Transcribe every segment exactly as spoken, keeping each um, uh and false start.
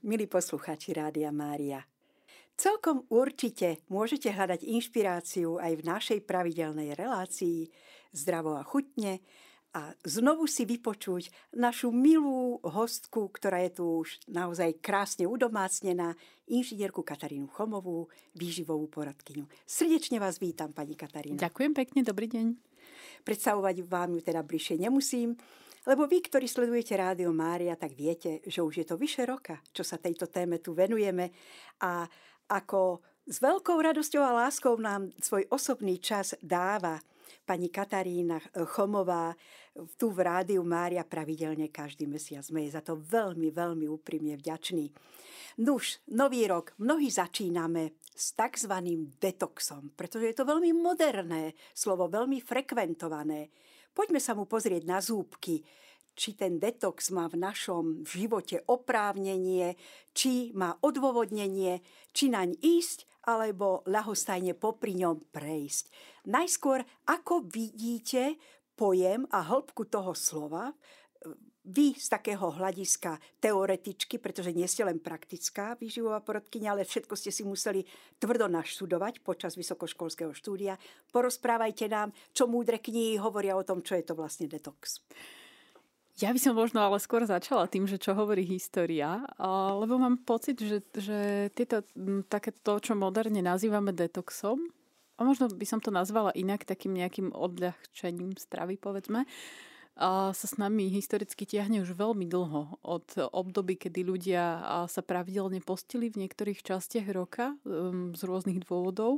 Milí poslucháči Rádia Mária, celkom určite môžete hľadať inšpiráciu aj v našej pravidelnej relácii Zdravo a chutne a znovu si vypočuť našu milú hostku, ktorá je tu už naozaj krásne udomácnená, inžinierku Katarínu Chomovú, výživovú poradkyňu. Srdečne vás vítam, pani Katarína. Ďakujem pekne, dobrý deň. Predstavovať vám ju teda bližšie nemusím, lebo vy, ktorí sledujete Rádio Mária, tak viete, že už je to vyše roka, čo sa tejto téme tu venujeme a ako s veľkou radosťou a láskou nám svoj osobný čas dáva pani Katarína Chomová tu v Rádiu Mária pravidelne každý mesiac. Sme jej za to veľmi, veľmi úprimne vďační. Nuž, nový rok, mnohí začíname s takzvaným detoxom, pretože je to veľmi moderné slovo, veľmi frekventované. Poďme sa mu pozrieť na zúbky, či ten detox má v našom živote oprávnenie, či má odôvodnenie, či naň ísť, alebo ľahostajne popri ňom prejsť. Najskôr, ako vidíte pojem a hĺbku toho slova, vy z takého hľadiska teoretičky, pretože nie ste len praktická výživová poradkyňa, ale všetko ste si museli tvrdo naštudovať počas vysokoškolského štúdia. Porozprávajte nám, čo múdre knihy hovoria o tom, čo je to vlastne detox. Ja by som možno ale skôr začala tým, že čo hovorí história, lebo mám pocit, že, že tieto, také to, čo moderne nazývame detoxom, a možno by som to nazvala inak, takým nejakým odľahčením stravy, povedzme, a sa s nami historicky tiahne už veľmi dlho. Od období, kedy ľudia sa pravidelne postili v niektorých častiach roka um, z rôznych dôvodov.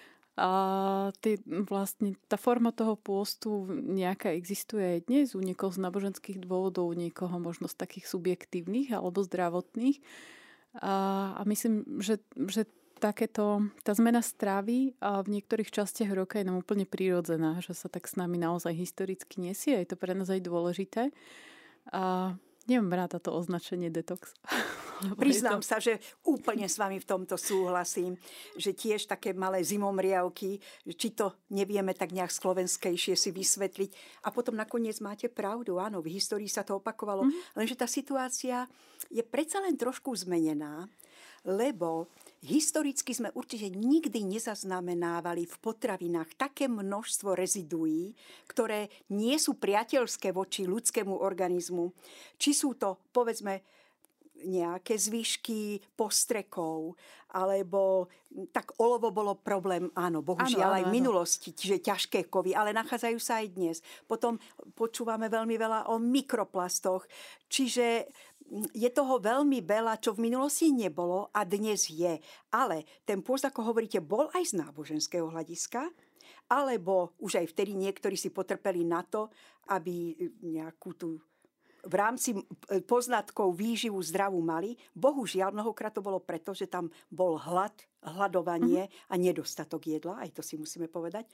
A tý, vlastne tá forma toho pôstu nejaká existuje aj dnes. U niekoho z náboženských dôvodov, u niekoho možno z takých subjektívnych alebo zdravotných. A, a myslím, že, že takéto, tá zmena stravy a v niektorých častiach roka je nám úplne prirodzená, že sa tak s nami naozaj historicky nesie. Je to pre nás aj dôležité. A nemám ráda to označenie detox. Priznám to... sa, že úplne s vami v tomto súhlasím, že tiež také malé zimomriavky, či to nevieme tak nejak slovenskejšie si vysvetliť. A potom nakoniec máte pravdu, áno, v histórii sa to opakovalo, mm-hmm. lenže tá situácia je predsa len trošku zmenená, lebo historicky sme určite nikdy nezaznamenávali v potravinách také množstvo reziduí, ktoré nie sú priateľské voči ľudskému organizmu. Či sú to, povedzme, nejaké zvyšky postrekov, alebo tak olovo bolo problém, áno, bohužiaľ áno, áno, aj v minulosti, čiže ťažké kovy, ale nachádzajú sa aj dnes. Potom počúvame veľmi veľa o mikroplastoch, čiže je toho veľmi veľa, čo v minulosti nebolo a dnes je. Ale ten pôst, ako hovoríte, bol aj z náboženského hľadiska, alebo už aj vtedy niektorí si potrpeli na to, aby nejakú tú v rámci poznatkov výživu zdravú mali. Bohužiaľ, mnohokrát to bolo preto, že tam bol hlad, hladovanie mm-hmm. a nedostatok jedla, aj to si musíme povedať.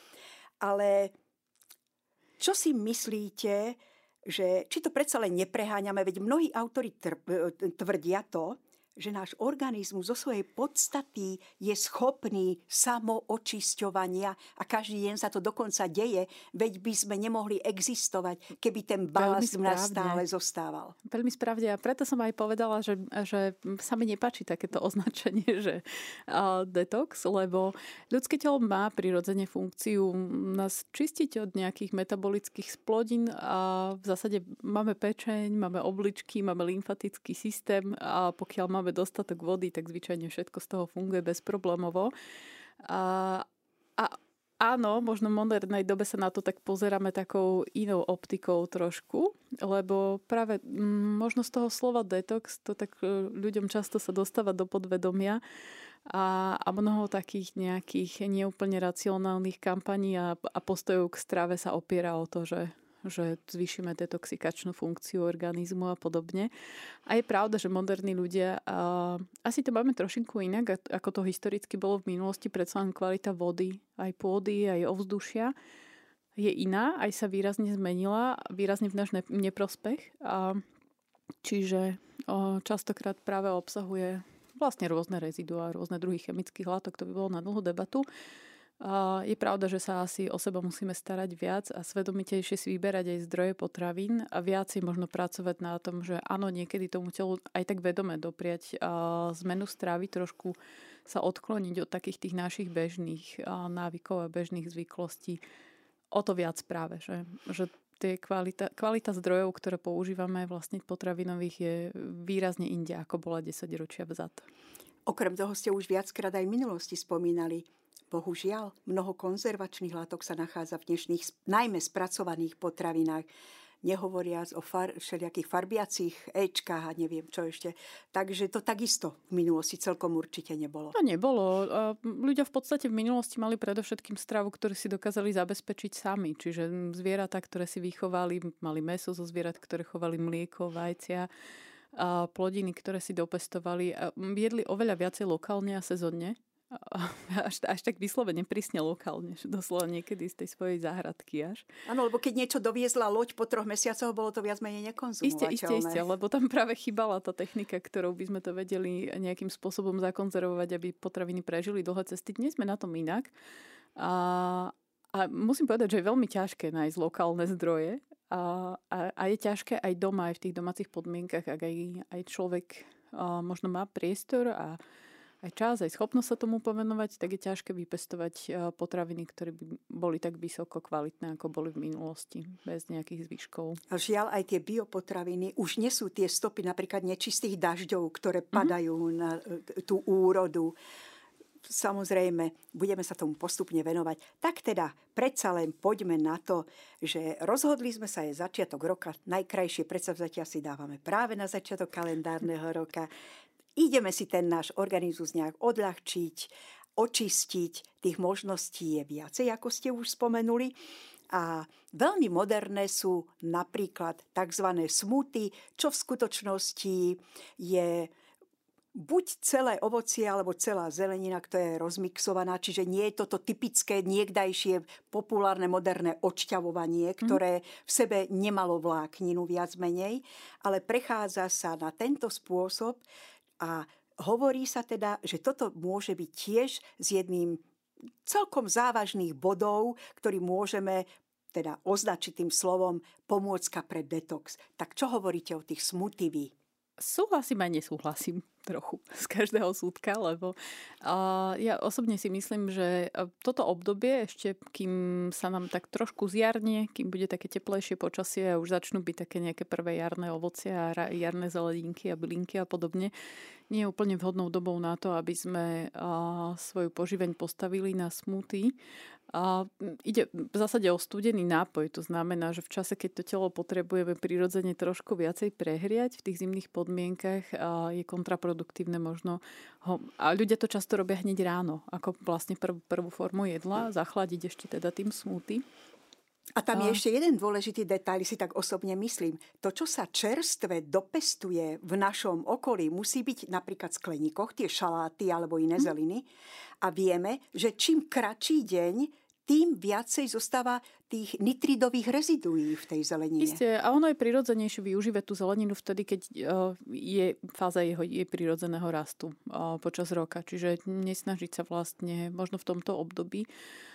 Ale čo si myslíte, že či to predsa len nepreháňame, veď mnohí autori tvrdia to, že náš organizmus zo svojej podstaty je schopný samoočisťovania a každý deň sa to dokonca deje, veď by sme nemohli existovať, keby ten balast v nás stále zostával. Veľmi správne a preto som aj povedala, že, že sa mi nepáči takéto označenie, že uh, detox, lebo ľudské telo má prirodzene funkciu nás čistiť od nejakých metabolických splodín a v zásade máme pečeň, máme obličky, máme lymfatický systém a pokiaľ máme máme dostatok vody, tak zvyčajne všetko z toho funguje bezproblémovo. A, a áno, možno v modernej dobe sa na to tak pozeráme takou inou optikou trošku, lebo práve m, možno z toho slova detox, to tak ľuďom často sa dostáva do podvedomia a, a mnoho takých nejakých neúplne racionálnych kampaní a, a postojov k strave sa opiera o to, že že zvýšime detoxikačnú funkciu organizmu a podobne. A je pravda, že moderní ľudia, a asi to máme trošinku inak, ako to historicky bolo v minulosti, predsa len kvalita vody, aj pôdy, aj ovzdušia je iná, aj sa výrazne zmenila, výrazne v náš neprospech. A čiže o, častokrát práve obsahuje vlastne rôzne reziduá, rôzne druhy chemických látok, to by bolo na dlhú debatu. Je pravda, že sa asi o seba musíme starať viac a svedomitejšie si vyberať aj zdroje potravín a viac si možno pracovať na tom, že áno, niekedy tomu telu aj tak vedome dopriať zmenu stravy, trošku sa odkloniť od takých tých našich bežných návykov a bežných zvyklostí. O to viac práve, že, že tie kvalita, kvalita zdrojov, ktoré používame vlastne potravinových, je výrazne inde, ako bola desaťročia vzad. Okrem toho ste už viackrát aj v minulosti spomínali. Bohužiaľ, mnoho konzervačných látok sa nachádza v dnešných, najmä spracovaných potravinách. Nehovoriac o far, všelijakých farbiacich éčkách a neviem čo ešte. Takže to takisto v minulosti celkom určite nebolo. To nebolo. Ľudia v podstate v minulosti mali predovšetkým stravu, ktorú si dokázali zabezpečiť sami. Čiže zvieratá, ktoré si vychovali, mali mäso zo zvierat, ktoré chovali mlieko, vajcia, a plodiny, ktoré si dopestovali. A jedli oveľa viacej lokálne a sezónne. Až, až tak vyslovene prísne lokálne, doslova niekedy z tej svojej záhradky až. Áno, lebo keď niečo doviezla loď po troch mesiacoch, bolo to viac menej nekonzumovateľné. Isté, isté, isté, lebo tam práve chýbala tá technika, ktorou by sme to vedeli nejakým spôsobom zakonzervovať, aby potraviny prežili dlhé cesty. Dnes sme na tom inak. A, a musím povedať, že je veľmi ťažké nájsť lokálne zdroje a, a, a je ťažké aj doma, aj v tých domácich podmienkach, ak aj, aj človek a, možno má priestor a aj čas, aj schopnosť sa tomu povenovať, tak je ťažké vypestovať potraviny, ktoré by boli tak vysoko kvalitné, ako boli v minulosti, bez nejakých zvyškov. A žiaľ, aj tie biopotraviny už nesú tie stopy napríklad nečistých dažďov, ktoré padajú mm-hmm. na tú úrodu. Samozrejme, budeme sa tomu postupne venovať. Tak teda, predsa len poďme na to, že rozhodli sme sa, je začiatok roka, najkrajšie predsavzatia si dávame práve na začiatok kalendárneho roka. Ideme si ten náš organizmus nejak odľahčiť, očistiť. Tých možností je viacej, ako ste už spomenuli. A veľmi moderné sú napríklad tzv. Smoothy, čo v skutočnosti je buď celé ovocie, alebo celá zelenina, ktorá je rozmixovaná. Čiže nie je toto typické, niekdajšie populárne, moderné odšťavovanie, ktoré v sebe nemalo vlákninu viac menej, ale prechádza sa na tento spôsob. A hovorí sa teda, že toto môže byť tiež z jedným celkom závažných bodov, ktorý môžeme teda označiť tým slovom pomôcka pre detox. Tak čo hovoríte o tých smoothie vy? Súhlasím a nesúhlasím trochu z každého súdka, lebo uh, ja osobne si myslím, že toto obdobie ešte, kým sa nám tak trošku zjarne, kým bude také teplejšie počasie a už začnú byť také nejaké prvé jarné ovocia a jarné zeleniny a bylinky a podobne, nie je úplne vhodnou dobou na to, aby sme uh, svoju poživeň postavili na smoothie. A ide v zásade o studený nápoj. To znamená, že v čase, keď to telo potrebujeme prirodzene trošku viacej prehriať v tých zimných podmienkach, je kontraproduktívne možno ho... A ľudia to často robia hneď ráno, ako vlastne prv, prvú formu jedla, zachladiť ešte teda tým smoothie. A tam je ešte jeden dôležitý detail, si tak osobne myslím. To, čo sa čerstve dopestuje v našom okolí, musí byť napríklad v skleníkoch, tie šaláty alebo iné mm. zeliny. A vieme, že čím kratší deň, tým viacej zostáva tých nitridových reziduí v tej zelenine. Isté, a ono je prirodzenejšie využívať tú zeleninu vtedy, keď je fáza jeho jej prirodzeného rastu počas roka. Čiže nesnažiť sa vlastne možno v tomto období.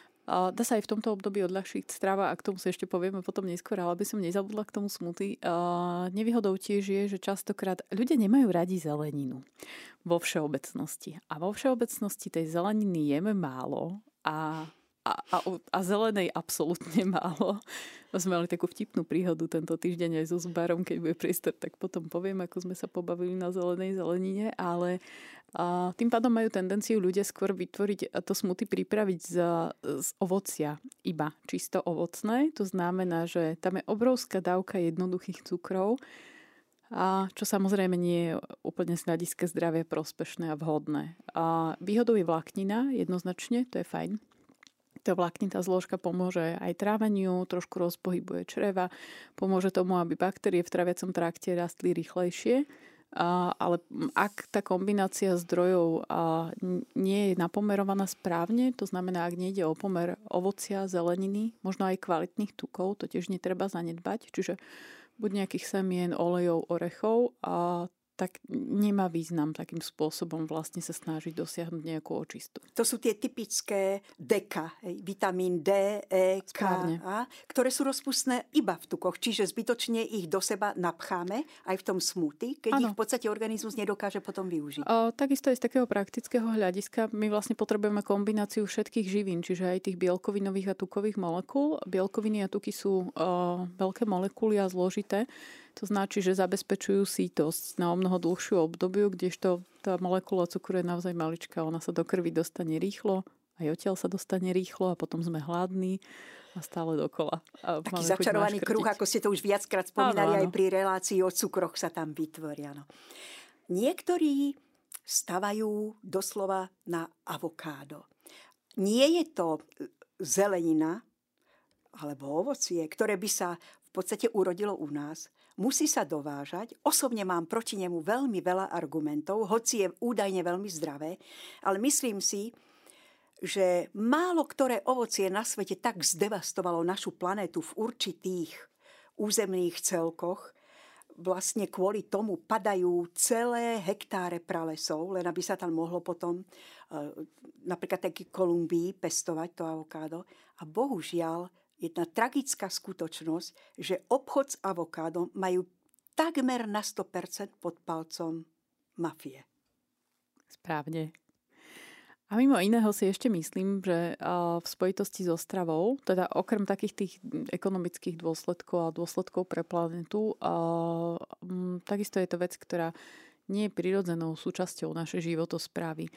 Dá sa aj v tomto období odľahčiť strava, a k tomu sa ešte povieme potom neskôr, ale aby som nezabudla k tomu smoothie. Nevýhodou tiež je, že častokrát ľudia nemajú radi zeleninu vo všeobecnosti. A vo všeobecnosti tej zeleniny jeme málo a A, a, a zelenej absolútne málo. Sme mali takú vtipnú príhodu tento týždeň aj so zubárom, keď bude priestor, tak potom poviem, ako sme sa pobavili na zelenej zelenine, ale a tým pádom majú tendenciu ľudia skôr vytvoriť to smoothie pripraviť z, z ovocia, iba čisto ovocné. To znamená, že tam je obrovská dávka jednoduchých cukrov, a čo samozrejme nie je úplne z hľadiska zdravia prospešné a vhodné. A výhodou je vláknina, jednoznačne, to je fajn. Tá vláknitá zložka pomôže aj tráveniu, trošku rozpohybuje čreva, pomôže tomu, aby baktérie v traviacom trakte rastli rýchlejšie. A, ale ak tá kombinácia zdrojov a, nie je napomerovaná správne, to znamená, ak nejde o pomer ovocia, zeleniny, možno aj kvalitných tukov, to tiež netreba zanedbať, čiže buď nejakých semien, olejov, orechov, a tak nemá význam takým spôsobom vlastne sa snažiť dosiahnuť nejakú očistu. To sú tie typické deka, vitamín D, E, K, A, ktoré sú rozpustné iba v tukoch, čiže zbytočne ich do seba napcháme aj v tom smoothie, keď ano. Ich v podstate organizmus nedokáže potom využiť. O, takisto aj z takého praktického hľadiska my vlastne potrebujeme kombináciu všetkých živín, čiže aj tých bielkovinových a tukových molekúl. Bielkoviny a tuky sú o, veľké molekuly a zložité. To značí, že zabezpečujú sítosť na o mnoho dlhšiu obdobiu, kdežto tá molekula cukru je naozaj maličká. Ona sa do krvi dostane rýchlo, aj odtiaľ sa dostane rýchlo a potom sme hladní a stále dokola. A taký začarovaný kruh, ako ste to už viackrát spomínali, áno, áno. Aj pri relácii o cukroch sa tam vytvoria. No. Niektorí stavajú doslova na avokádo. Nie je to zelenina alebo ovocie, ktoré by sa v podstate urodilo u nás. Musí sa dovážať. Osobne mám proti nemu veľmi veľa argumentov, hoci je údajne veľmi zdravé, ale myslím si, že málo ktoré ovocie na svete tak zdevastovalo našu planétu v určitých územných celkoch. Vlastne kvôli tomu padajú celé hektáre pralesov, len aby sa tam mohlo potom napríklad taký Kolumbii pestovať to avokádo. A bohužiaľ jedna tragická skutočnosť, že obchod s avokádom majú takmer na sto percent pod palcom mafie. Správne. A mimo iného si ešte myslím, že v spojitosti so stravou, teda okrem takých tých ekonomických dôsledkov a dôsledkov pre planetu, takisto je to vec, ktorá nie je prirodzenou súčasťou našej životosprávy.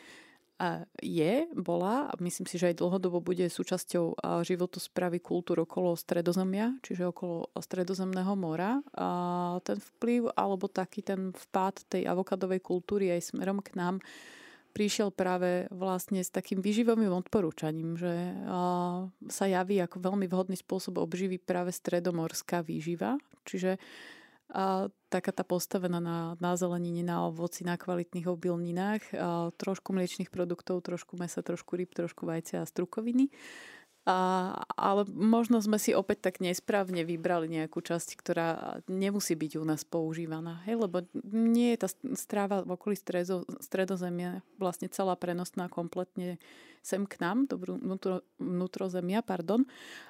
Je, bola, a myslím si, že aj dlhodobo bude súčasťou životosprávy kultúr okolo Stredozemia, čiže okolo Stredozemného mora. A ten vplyv, alebo taký ten vpád tej avokadovej kultúry aj smerom k nám prišiel práve vlastne s takým výživovým odporúčaním, že sa javí ako veľmi vhodný spôsob obživy práve stredomorská výživa, čiže a taká tá postavená na, na zelenine, na ovoci, na kvalitných obilninách, a trošku mliečnych produktov, trošku mesa, trošku ryb, trošku vajcia a strukoviny. A, ale možno sme si opäť tak nesprávne vybrali nejakú časť, ktorá nemusí byť u nás používaná. Hej, lebo nie je tá stráva v okolí stredo, stredozemia vlastne celá prenosná kompletne sem k nám, do vnútro, vnútrozemia, pardon.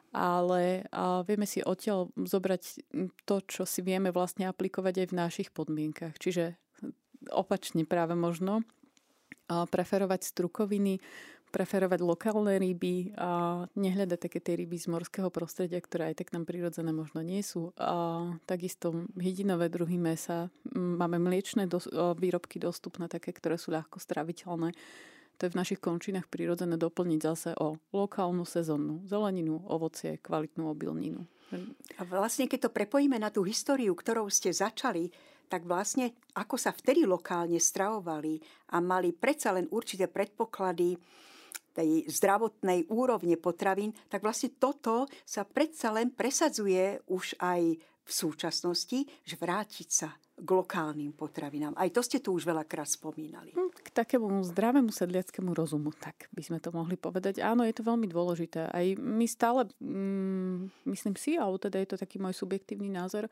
Ale a vieme si odtiaľ zobrať to, čo si vieme vlastne aplikovať aj v našich podmienkach. Čiže opačne práve možno preferovať strukoviny, preferovať lokálne ryby a nehľadať také tie ryby z morského prostredia, ktoré aj tak nám prirodzené možno nie sú. A takisto hydinové druhy mäsa. Máme mliečne dos- výrobky dostupné, také, ktoré sú ľahko straviteľné. To je v našich končinách prirodzené doplniť zase o lokálnu sezónnu zeleninu, ovocie, kvalitnú obilninu. A vlastne, keď to prepojíme na tú históriu, ktorou ste začali, tak vlastne ako sa vtedy lokálne stravovali a mali predsa len určité predpoklady tej zdravotnej úrovne potravín, tak vlastne toto sa predsa len presadzuje už aj v súčasnosti, že vrátiť sa k lokálnym potravinám. Aj to ste tu už veľakrát spomínali. K takému zdravému sedliackému rozumu, tak by sme to mohli povedať. Áno, je to veľmi dôležité. Aj my stále, mm, myslím si, alebo teda je to taký môj subjektívny názor,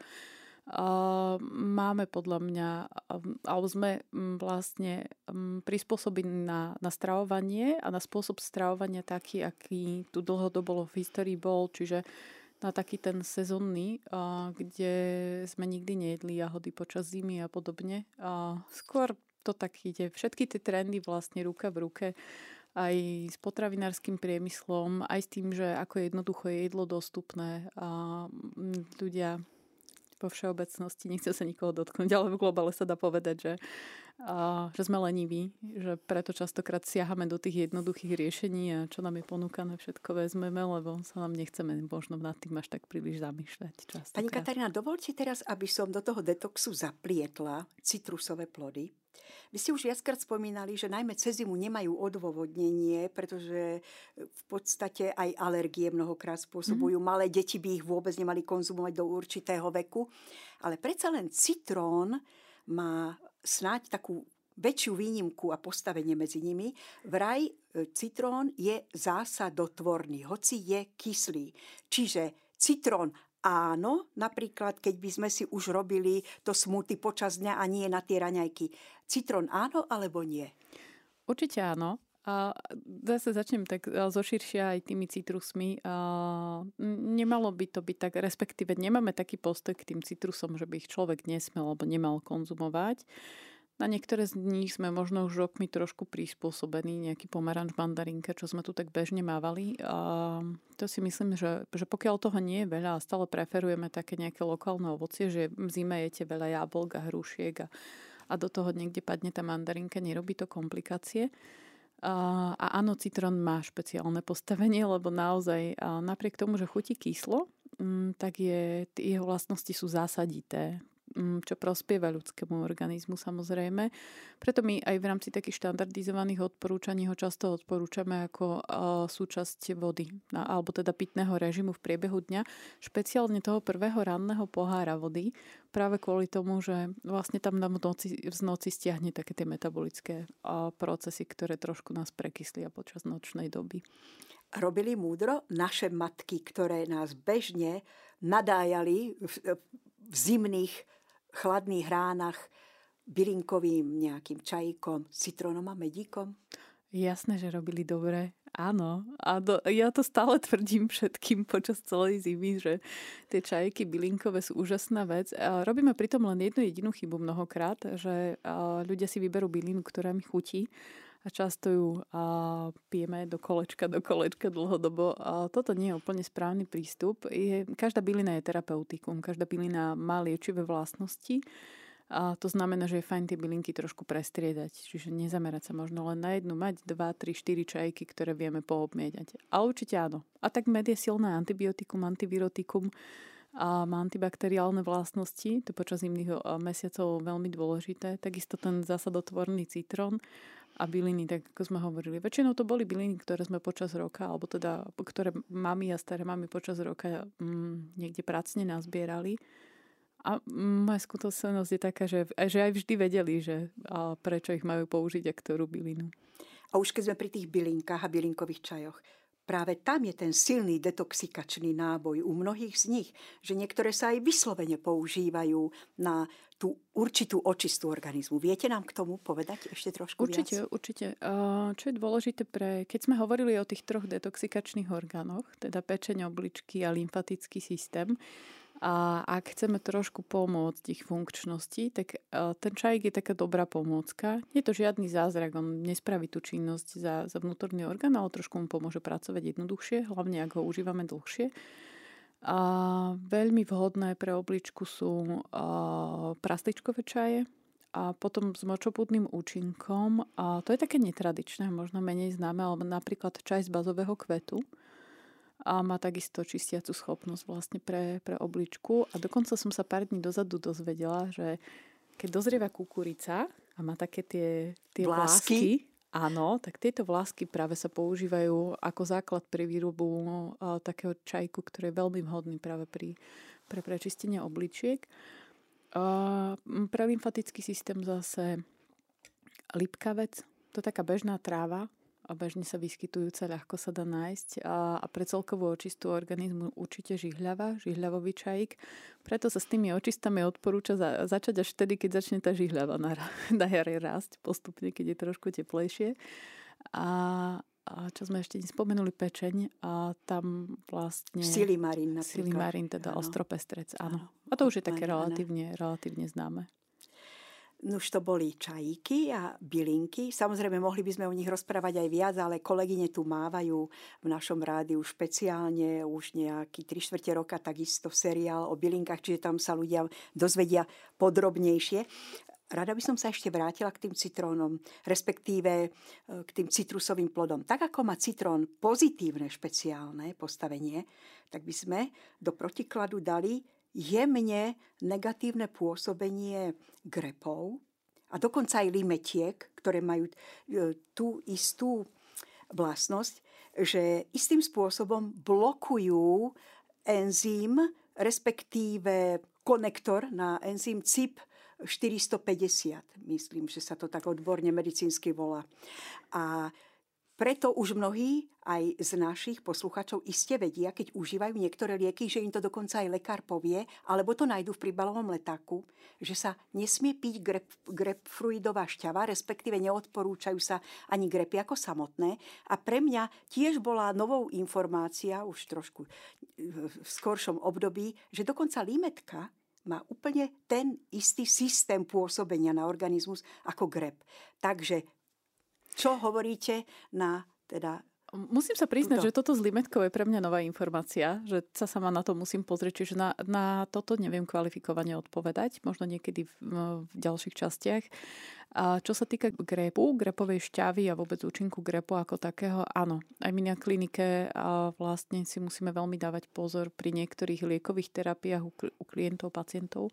Uh, máme podľa mňa, alebo sme vlastne um, prispôsobení na, na stravovanie a na spôsob stravovania taký, aký tu dlhodobo v histórii bol, čiže na taký ten sezónny, uh, kde sme nikdy nejedli jahody počas zimy a podobne. Uh, skôr to tak ide. Všetky tie trendy vlastne ruka v ruke aj s potravinárskym priemyslom, aj s tým, že ako jednoducho je jedlo dostupné a ľudia vo všeobecnosti, nechcem sa nikoho dotknúť, ale v globále sa dá povedať, že, a, že sme leniví, že preto častokrát siahame do tých jednoduchých riešení a čo nám je ponúkané, všetko vezmeme, lebo sa nám nechceme možno nad tým až tak príliš zamýšľať. Častokrát. Pani Katarína, dovolte teraz, aby som do toho detoxu zaplietla citrusové plody. Vy ste už viackrát spomínali, že najmä cez zimu nemajú odôvodnenie, pretože v podstate aj alergie mnohokrát spôsobujú. Mm-hmm. Malé deti by ich vôbec nemali konzumovať do určitého veku. Ale predsa len citrón má snáď takú väčšiu výnimku a postavenie medzi nimi. Vraj citrón je zásadotvorný, hoci je kyslý. Čiže citrón áno, napríklad, keď by sme si už robili to smoothie počas dňa a nie na tie raňajky. Citrón áno alebo nie? Určite áno. A zase začnem tak zoširšia aj tými citrusmi. A nemalo by to byť tak, respektíve nemáme taký postoj k tým citrusom, že by ich človek nesmel alebo nemal konzumovať. Na niektoré z nich sme možno už rokmi trošku prispôsobení, nejaký pomaranč, mandarinka, čo sme tu tak bežne mávali. A to si myslím, že, že pokiaľ toho nie je veľa a stále preferujeme také nejaké lokálne ovocie, že v zime jete veľa jablk a hrušiek a, a do toho niekde padne tá mandarinka, nerobí to komplikácie. A, a áno, citrón má špeciálne postavenie, lebo naozaj napriek tomu, že chutí kyslo, tak je, jeho vlastnosti sú zásadité, čo prospieva ľudskému organizmu samozrejme. Preto my aj v rámci takých štandardizovaných odporúčaní ho často odporúčame ako súčasť vody, alebo teda pitného režimu v priebehu dňa, špeciálne toho prvého ranného pohára vody, práve kvôli tomu, že vlastne tam nám v noci, v noci stiahne také tie metabolické procesy, ktoré trošku nás prekyslia počas nočnej doby. Robili múdro naše matky, ktoré nás bežne nadájali v, v zimných chladných ránach bylinkovým nejakým čajíkom, citrónom a medíkom? Jasné, že robili dobre. Áno. A do, ja to stále tvrdím všetkým počas celej zimy, že tie čajky bylinkové sú úžasná vec. A robíme pritom len jednu jedinú chybu mnohokrát, že ľudia si vyberú bylinu, ktorá mi chutí a často ju a, pijeme do kolečka, do kolečka dlhodobo. A toto nie je úplne správny prístup. Je, každá bylina je terapeutikum, každá bylina má liečivé vlastnosti. A to znamená, že je fajn tie bylinky trošku prestriedať. Čiže nezamerať sa možno len na jednu, mať dva, tri, štyri čajky, ktoré vieme poobmiedať. Ale určite áno. A tak med je silné antibiotikum, antivirotikum a má antibakteriálne vlastnosti. To počas zimných mesiacov veľmi dôležité. Takisto ten zásadotvorný citrón a byliny, tak ako sme hovorili. Väčšinou to boli byliny, ktoré sme počas roka, alebo teda, ktoré mami a staré mami počas roka mm, niekde pracne nazbierali. A moja skúsenosť je taká, že, že aj vždy vedeli, že a prečo ich majú použiť a ktorú bylinu. A už keď sme pri tých bylinkách a bylinkových čajoch, práve tam je ten silný detoxikačný náboj u mnohých z nich, že niektoré sa aj vyslovene používajú na tú určitú očistu organizmu. Viete nám k tomu povedať ešte trošku určite, viac? Určite, určite. Čo je dôležité pre... Keď sme hovorili o tých troch detoxikačných orgánoch, teda pečeň, obličky a lymfatický systém, a ak chceme trošku pomôcť ich funkčnosti, tak ten čajík je taká dobrá pomôcka. Nie je to žiadny zázrak, on nespraví tú činnosť za, za vnútorný orgán, ale trošku mu pomôže pracovať jednoduchšie, hlavne ak ho užívame dlhšie. A veľmi vhodné pre obličku sú prasličkové čaje a potom s močopúdnym účinkom. A to je také netradičné, možno menej známe, ale napríklad čaj z bazového kvetu. A má takisto čistiacu schopnosť vlastne pre, pre obličku. A dokonca som sa pár dní dozadu dozvedela, že keď dozrieva kukurica a má také tie, tie vlásky, vlásky, áno, tak tieto vlásky práve sa používajú ako základ pre výrobu uh, takého čajku, ktorý je veľmi vhodný práve pri, pre prečistenie obličiek. Uh, pre lymfatický systém zase lipkavec, to je taká bežná tráva, a bežne sa vyskytujúca, ľahko sa dá nájsť. A, a pre celkovú očistu organizmu určite žihľava, žihľavový čajík. Preto sa s tými očistami odporúča za, začať až vtedy, keď začne tá žihľava na, na jare rásť postupne, keď je trošku teplejšie. A, a čo sme ešte nespomenuli, pečeň. A tam vlastne... Silimarín napríklad. Silimarín, teda áno. Ostropestrec, áno. A to už je také relatívne, relatívne známe. Nuž to boli čajíky a bylinky. Samozrejme, mohli by sme o nich rozprávať aj viac, ale kolegyne tu mávajú v našom rádiu špeciálne už nejaký tri štvrte roka takisto seriál o bylinkách, čiže tam sa ľudia dozvedia podrobnejšie. Rada by som sa ešte vrátila k tým citrónom, respektíve k tým citrusovým plodom. Tak ako má citrón pozitívne špeciálne postavenie, tak by sme do protikladu dali jemne negatívne pôsobenie grepov a dokonca aj limetiek, ktoré majú tú istú vlastnosť, že istým spôsobom blokujú enzym, respektíve konektor na enzym C Y P štyristopäťdesiat. Myslím, že sa to tak odborne medicínsky volá. A Preto už mnohí aj z našich posluchačov iste vedia, keď užívajú niektoré lieky, že im to dokonca aj lekár povie, alebo to nájdú v príbalovom letáku, že sa nesmie piť grep, grapefruidová šťava, respektíve neodporúčajú sa ani grepy ako samotné. A pre mňa tiež bola novou informácia, už trošku v skoršom období, že dokonca limetka má úplne ten istý systém pôsobenia na organizmus ako grep. Takže čo hovoríte na teda... Musím sa priznať, túto... že toto s limetkou je pre mňa nová informácia, že sa sama na to musím pozrieť, čiže na, na toto neviem kvalifikovane odpovedať, možno niekedy v, v ďalších častiach. A čo sa týka grepu, grepovej šťavy a vôbec účinku grepu ako takého, áno, aj my na klinike a vlastne si musíme veľmi dávať pozor pri niektorých liekových terapiách u, u klientov, pacientov,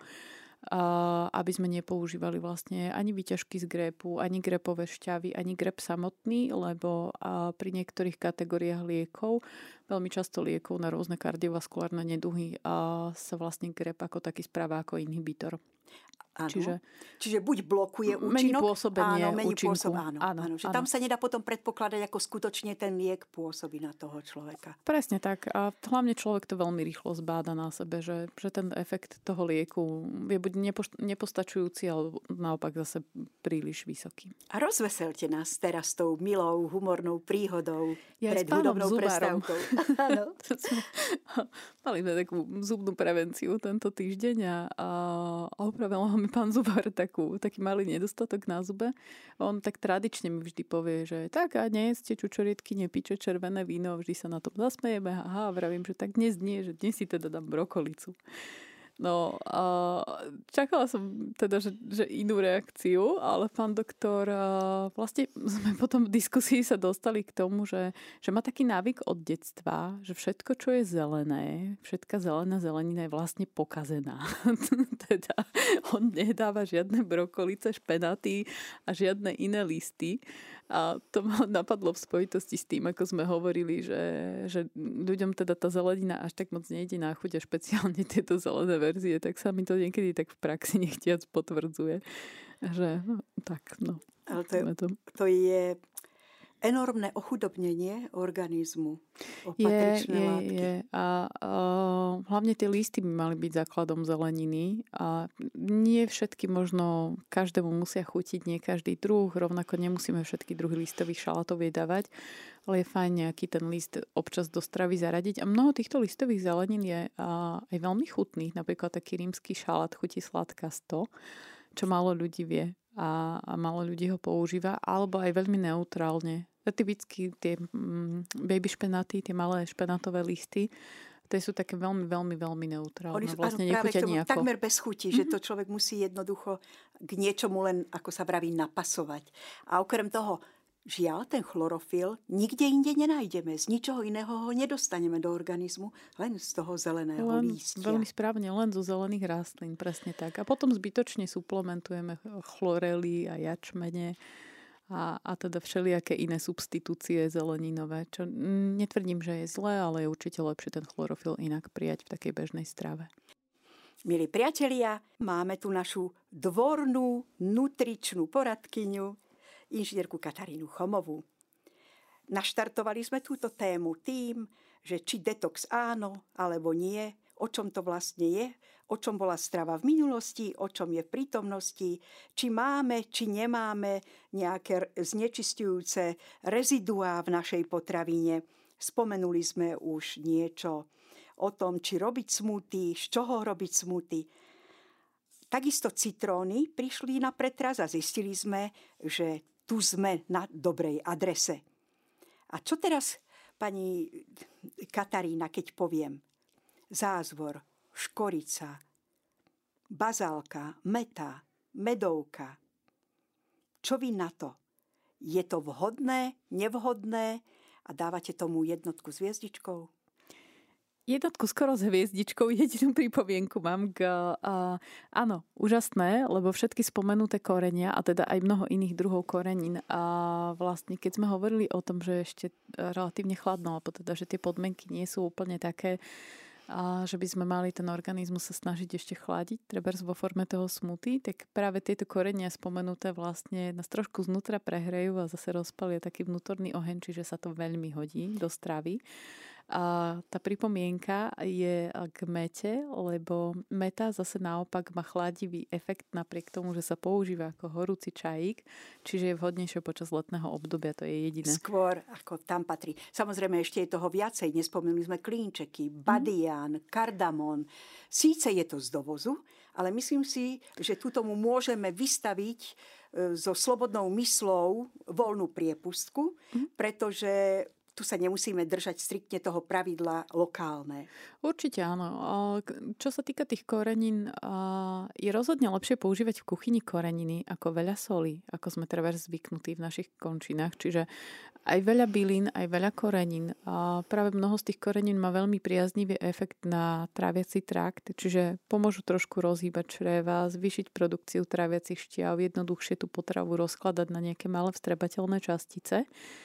a aby sme nepoužívali vlastne ani výťažky z grepu, ani grepové šťavy, ani grep samotný, lebo pri niektorých kategóriách liekov, veľmi často liekov na rôzne kardiovaskulárne neduhy, sa vlastne grep ako taký správa ako inhibitor. Áno. Čiže, Čiže buď blokuje účinok, mení pôsobenie áno, mení účinku. Pôsob, áno, áno, áno, že áno. Tam sa nedá potom predpokladať, ako skutočne ten liek pôsobí na toho človeka. Presne tak. A hlavne človek to veľmi rýchlo zbáda na sebe, že, že ten efekt toho lieku je buď nepostačujúci, alebo naopak zase príliš vysoký. A rozveselte nás teraz tou milou, humornou príhodou ja pred hudobnou prestávkou. Áno. Mali sme takú zubnú prevenciu tento týždeň a, a opravila mi pán zubár takú, taký malý nedostatok na zube. On tak tradične mi vždy povie, že tak a nejeste čučoriedky, nepíče červené víno, vždy sa na tom zasmejeme. Aha, vravím, že tak dnes nie, že dnes si teda dám brokolicu. No a čakala som teda, že, že inú reakciu, ale pán doktor, vlastne sme potom v diskusii sa dostali k tomu, že, že má taký návyk od detstva, že všetko, čo je zelené, všetká zelená zelenina je vlastne pokazená. Teda on nedáva žiadne brokolice, špenaty a žiadne iné listy. A to ma napadlo v spojitosti s tým, ako sme hovorili, že, že ľuďom teda tá zelenina až tak moc nejde na chuť a špeciálne tieto zelené verzie, tak sa mi to niekedy tak v praxi nechtiac potvrdzuje. Že no, tak, no. Ale to je, to je enormné ochudobnenie organizmu o patričné je, látky. Je, a, a hlavne tie listy by mali byť základom zeleniny a nie všetky možno každému musia chutiť, nie každý druh, rovnako nemusíme všetky druhy listových šalátov jedávať, ale je fajn nejaký ten list občas do stravy zaradiť a mnoho týchto listových zelenín je a, aj veľmi chutných, napríklad taký rímsky šalát chutí sladkasto, čo málo ľudí vie a, a málo ľudí ho používa, alebo aj veľmi neutrálne. Typicky tie mm, baby špenaty, tie malé špenatové listy, tie sú také veľmi, veľmi, veľmi neutrálne. Oni sú vlastne áno, práve nejako. Takmer bez chuti, mm-hmm. že to človek musí jednoducho k niečomu len, ako sa vraví, napasovať. A okrem toho, žiaľ, ten chlorofil nikde inde nenájdeme. Z ničoho iného ho nedostaneme do organizmu, len z toho zeleného len, lístia. Veľmi správne, len zo zelených rastlín, presne tak. A potom zbytočne suplementujeme chlorely a jačmene a, a teda všelijaké iné substitúcie zeleninové, čo netvrdím, že je zlé, ale je určite lepšie ten chlorofil inak prijať v takej bežnej strave. Milí priatelia, máme tu našu dvornú nutričnú poradkyňu, inžinierku Katarínu Chomovú. Naštartovali sme túto tému tým, že či detox áno alebo nie, o čom to vlastne je, o čom bola strava v minulosti, o čom je v prítomnosti, či máme, či nemáme nejaké znečisťujúce reziduá v našej potravine. Spomenuli sme už niečo o tom, či robiť smoothie, z čoho robiť smoothie. Takisto citróny prišli na pretras a zistili sme, že tu sme na dobrej adrese. A čo teraz, pani Katarína, keď poviem? Zázvor, škorica, bazálka, meta, medovka. Čo vy na to? Je to vhodné, nevhodné a dávate tomu jednotku s hviezdičkou? Jednotku skoro s hviezdičkou, jedinú pripomienku mám k... Uh, áno, úžasné, lebo všetky spomenuté korenia a teda aj mnoho iných druhov korenín. A vlastne, keď sme hovorili o tom, že ešte relatívne chladno, alebo teda, že tie podmienky nie sú úplne také a že by sme mali ten organizmus sa snažiť ešte chladiť, trebárs vo forme toho smoothie, tak práve tieto korenia spomenuté vlastne nás trošku znútra prehrejú a zase rozpalia taký vnútorný oheň, čiže sa to veľmi hodí do stravy. A tá pripomienka je k mete, lebo meta zase naopak má chladivý efekt napriek tomu, že sa používa ako horúci čajík, čiže je vhodnejšie počas letného obdobia, to je jediné. Skôr ako tam patrí. Samozrejme ešte je toho viacej, nespomenuli sme klínčeky, badián, mm. kardamón. Síce je to z dovozu, ale myslím si, že tu tomu môžeme vystaviť so slobodnou myslou voľnú priepustku, mm. pretože tu sa nemusíme držať striktne toho pravidla lokálne. Určite áno. Čo sa týka tých korenín, je rozhodne lepšie používať v kuchyni koreniny ako veľa soli, ako sme treba zvyknutí v našich končinách. Čiže aj veľa bylín, aj veľa korenín. A práve mnoho z tých korenín má veľmi priaznivý efekt na tráviaci trakt, čiže pomôžu trošku rozhýbať čreva, zvýšiť produkciu tráviacich šťav, jednoduchšie tú potravu rozkladať na nejaké malé vstrebateľné častice.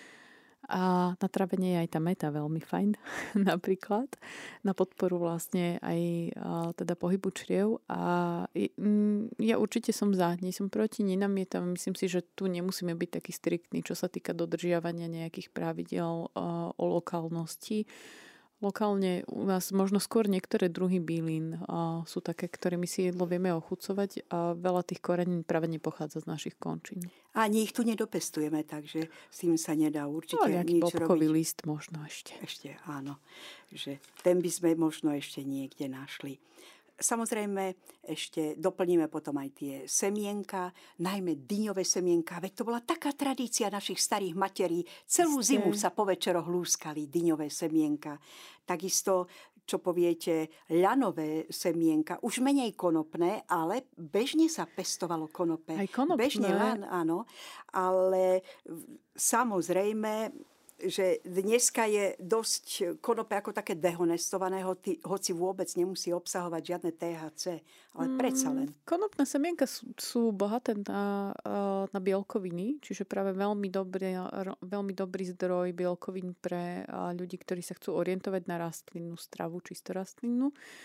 A na trávenie je aj tá meta veľmi fajn, napríklad, na podporu vlastne aj a, teda pohybu čriev. A ja určite som za, nie som proti, nenamietam. Myslím si, že tu nemusíme byť takí striktní, čo sa týka dodržiavania nejakých pravidel a, o lokálnosti. Lokálne u nás možno skôr niektoré druhy bylín a sú také, ktorými si jedlo vieme ochucovať a veľa tých korenín práve nepochádza z našich končín. Ani ich tu nedopestujeme, takže s tým sa nedá určite no, nič robiť. bobkový list možno ešte. Ešte, áno. Že ten by sme možno ešte niekde našli. Samozrejme, ešte doplníme potom aj tie semienka, najmä dyňové semienka. Veď to bola taká tradícia našich starých materí. Celú Ste... zimu sa po večeroch lúskali dyňové semienka. Takisto, čo poviete, ľanové semienka. Už menej konopné, ale bežne sa pestovalo konope. Aj konopné. Bežne ľan, áno. Ale samozrejme... že dneska je dosť konope ako také dehonestované, hoci vôbec nemusí obsahovať žiadne té há cé, ale mm, predsa len. Konopné semienka sú, sú bohaté na, na bielkoviny, čiže práve veľmi dobrý, veľmi dobrý zdroj bielkovín pre ľudí, ktorí sa chcú orientovať na rastlinnú stravu, čisto rastlinnú.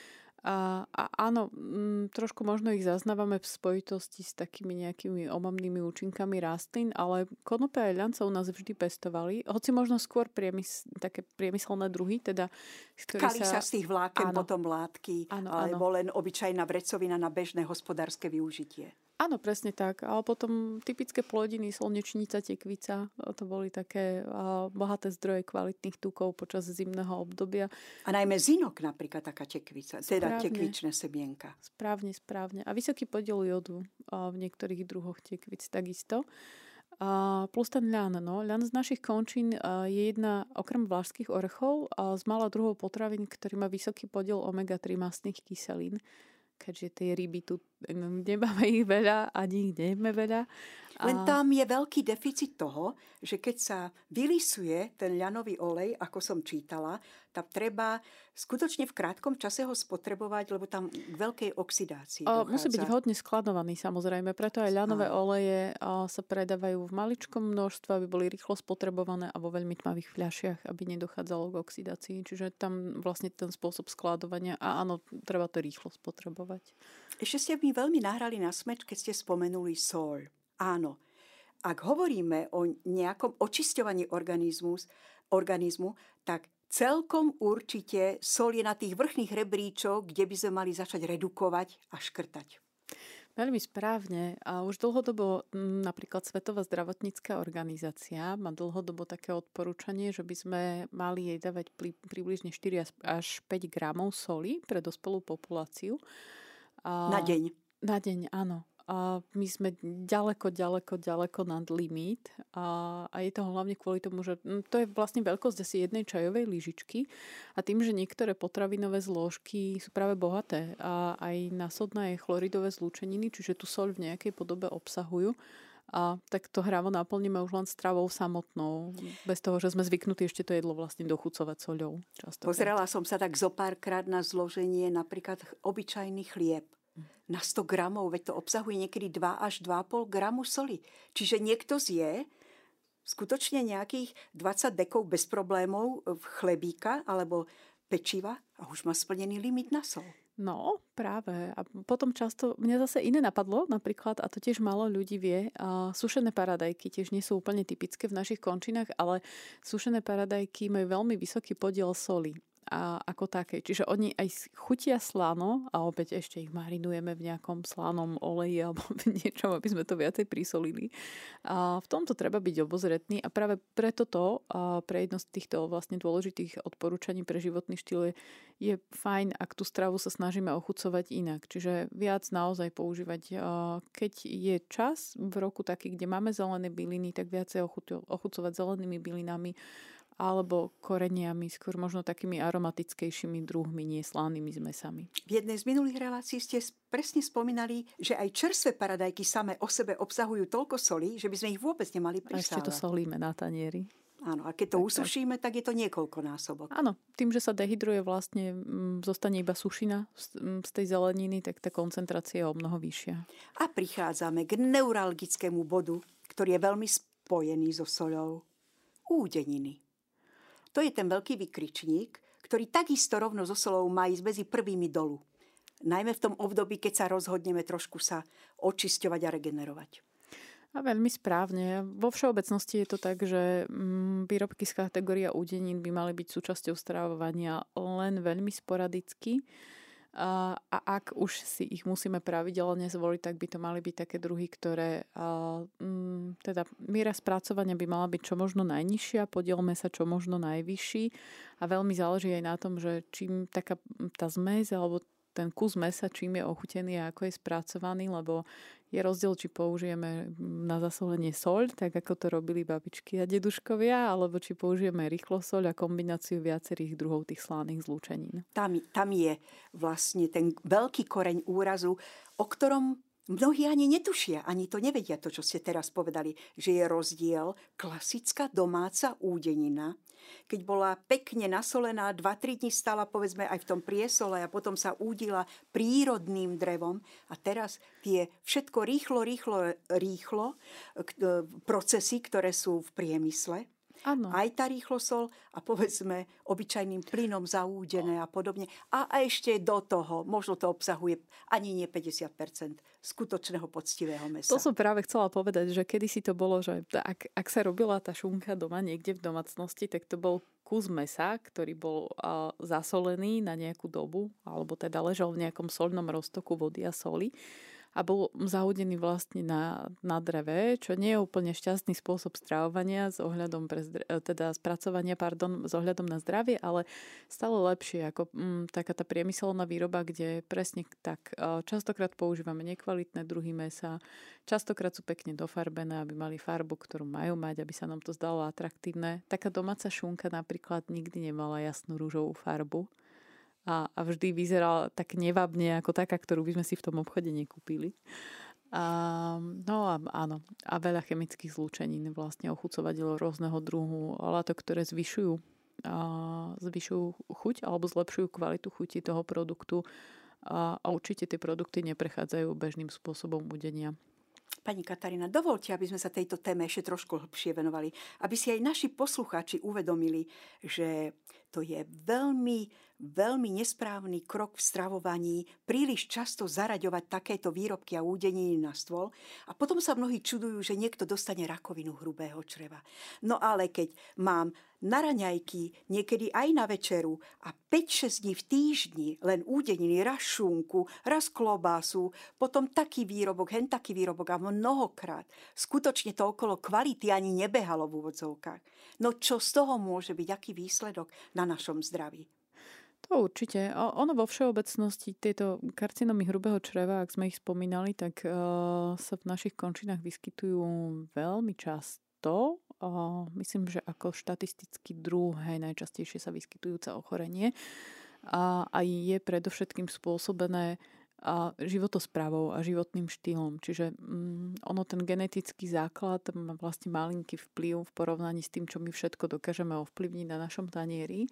A, a áno, m, trošku možno ich zaznávame v spojitosti s takými nejakými omamnými účinkami rastlín, ale konope aj ľan sa u nás vždy pestovali, hoci možno skôr priemys, také priemyselné druhy, teda... Tkali sa, sa z tých vláken áno, potom látky, áno, alebo áno. len obyčajná vrecovina na bežné hospodárske využitie. Áno, presne tak. A potom typické plodiny, slnečnica, tekvica, to boli také bohaté zdroje kvalitných tukov počas zimného obdobia. A najmä zinok napríklad taká tekvica, teda správne, tekvičné semienka. Správne, správne. A vysoký podiel jodu v niektorých druhoch tekvic takisto. A plus ten ľan. No. Ľan z našich končín je jedna, okrem vlašských orechov, z mála druhov potravín, ktorý má vysoký podiel omega tri mastných kyselín. Keďže tie ryby tu nemáme ich veľa, ani ich nejeme veľa. A... Len tam je veľký deficit toho, že keď sa vylisuje ten ľanový olej, ako som čítala, tam treba skutočne v krátkom čase ho spotrebovať, lebo tam k veľkej oxidácii dochádza. Musí byť vhodne skladovaný, samozrejme. Preto aj ľanové oleje sa predávajú v maličkom množstve, aby boli rýchlo spotrebované a vo veľmi tmavých fľašiach, aby nedochádzalo k oxidácii. Čiže tam vlastne ten spôsob skladovania a áno, treba to rýchlo spotrebovať. Ešte ste mi veľmi nahrali na smeč, keď ste spomenuli soľ. Áno, ak hovoríme o nejakom očisťovaní organizmus, organizmu, tak celkom určite soľ je na tých vrchných rebríčoch, kde by sme mali začať redukovať a škrtať. Veľmi správne. A už dlhodobo napríklad Svetová zdravotnícka organizácia má dlhodobo také odporúčanie, že by sme mali jej dávať približne štyri až päť gramov soli pre dospelú populáciu. A na deň. Na deň, áno. A my sme ďaleko, ďaleko, ďaleko nad limit. A, a je to hlavne kvôli tomu, že to je vlastne veľkosť asi jednej čajovej lyžičky. A tým, že niektoré potravinové zložky sú práve bohaté a aj na sodné chloridové zlúčeniny, čiže tú soľ v nejakej podobe obsahujú, a tak to hrávo naplníme už len stravou samotnou. Bez toho, že sme zvyknutí ešte to jedlo vlastne dochucovať soľou. Častokrát. Pozerala som sa tak zopárkrát na zloženie napríklad obyčajný chlieb. Na sto gramov, veď to obsahuje niekedy dva až dva a pol gramu soli. Čiže niekto zje skutočne nejakých dvadsať dekov bez problémov chlebíka alebo pečiva a už má splnený limit na sol. No, práve. A potom často, mňa zase iné napadlo, napríklad, a to tiež málo ľudí vie, a sušené paradajky tiež nie sú úplne typické v našich končinách, ale sušené paradajky majú veľmi vysoký podiel soli. A ako také. Čiže oni aj chutia slano a opäť ešte ich marinujeme v nejakom slanom oleji alebo v niečom, aby sme to viacej prisolili. A v tomto treba byť obozretný a práve preto to, a pre jedno z týchto vlastne dôležitých odporúčaní pre životný štýl je, je fajn, ak tú stravu sa snažíme ochucovať inak. Čiže viac naozaj používať, keď je čas v roku taký, kde máme zelené byliny, tak viacej ochucovať zelenými bylinami alebo koreniami, skôr možno takými aromatickejšími druhmi, nie slánnymi zmesami. V jednej z minulých relácií ste presne spomínali, že aj čerstvé paradajky samé o sebe obsahujú toľko soli, že by sme ich vôbec nemali prisávať. A ešte to solíme na tanieri. Áno, a keď to tak, usušíme, tak je to niekoľko násobok. Áno, tým, že sa dehydruje vlastne, zostane iba sušina z tej zeleniny, tak tá koncentrácia je o mnoho vyššia. A prichádzame k neuralgickému bodu, ktorý je veľmi spojený so soľou. Údeniny. To je ten veľký vykričník, ktorý takisto rovno so solou má ísť medzi prvými dolu. Najmä v tom období, keď sa rozhodneme trošku sa očisťovať a regenerovať. A veľmi správne. Vo všeobecnosti je to tak, že výrobky z kategória údenín by mali byť súčasťou stravovania len veľmi sporadicky. A ak už si ich musíme pravidelne zvoliť, tak by to mali byť také druhy, ktoré teda miera spracovania by mala byť čo možno najnižšia, podiel mäsa čo možno najvyšší a veľmi záleží aj na tom, že čím taká tá zmes alebo ten kus mäsa, čím je ochutený a ako je spracovaný, lebo je rozdiel, či použijeme na zasolenie soľ, tak ako to robili babičky a deduškovia, alebo či použijeme rýchlosoľ a kombináciu viacerých druhov tých slánnych zlúčenín. Tam, tam je vlastne ten veľký koreň úrazu, o ktorom mnohí ani netušia, ani to nevedia, to, čo ste teraz povedali, že je rozdiel klasická domáca údenina, keď bola pekne nasolená, dva tri dni stala, povedzme, aj v tom priesole a potom sa údila prírodným drevom. A teraz tie všetko rýchlo, rýchlo, rýchlo procesy, ktoré sú v priemysle, Áno. Aj tá rýchlosol a povedzme obyčajným plynom zaúdené a podobne. A ešte do toho, možno to obsahuje ani nie päťdesiat percent skutočného poctivého mäsa. To som práve chcela povedať, že kedysi to bolo, že ak, ak sa robila tá šunka doma niekde v domácnosti, tak to bol kus mäsa, ktorý bol uh, zasolený na nejakú dobu, alebo teda ležal v nejakom solnom roztoku vody a soli. A bol zahodený vlastne na, na dreve, čo nie je úplne šťastný spôsob stravovania s ohľadom pre, teda spracovania, pardon, s ohľadom na zdravie, ale stále lepšie ako m, taká tá priemyselná výroba, kde presne tak častokrát používame nekvalitné druhy mäsa, častokrát sú pekne dofarbené, aby mali farbu, ktorú majú mať, aby sa nám to zdalo atraktívne. Taká domáca šunka napríklad nikdy nemala jasnú ružovú farbu. A, a vždy vyzerala tak nevabne ako taká, ktorú by sme si v tom obchode nekúpili. A, no a áno, a veľa chemických zlúčenín vlastne ochucovadilo rôzneho druhu látok, ktoré zvyšujú, a, zvyšujú chuť alebo zlepšujú kvalitu chuti toho produktu a, a určite tie produkty neprechádzajú bežným spôsobom udenia. Pani Katarína, dovoľte, aby sme sa tejto téme ešte trošku hlbšie venovali, aby si aj naši poslucháči uvedomili, že to je veľmi, veľmi nesprávny krok v stravovaní príliš často zaraďovať takéto výrobky a údeniny na stôl a potom sa mnohí čudujú, že niekto dostane rakovinu hrubého čreva. No ale keď mám na raňajky, niekedy aj na večeru a päť šesť dní v týždni len údeniny, raz šunku, raz klobásu, potom taký výrobok, hen taký výrobok a mnohokrát. Skutočne to okolo kvality ani nebehalo v úvodzovkách. No čo z toho môže byť, aký výsledok na našom zdraví? To určite. Ono vo všeobecnosti, tieto karcinómy hrubého čreva, ak sme ich spomínali, tak uh, sa v našich končinách vyskytujú veľmi často. Uh, myslím, že ako štatisticky druhé najčastejšie sa vyskytujúce ochorenie. A, a je predovšetkým spôsobené a životosprávou a životným štýlom. Čiže um, ono ten genetický základ má vlastne malinký vplyv v porovnaní s tým, čo my všetko dokážeme ovplyvniť na našom tanieri.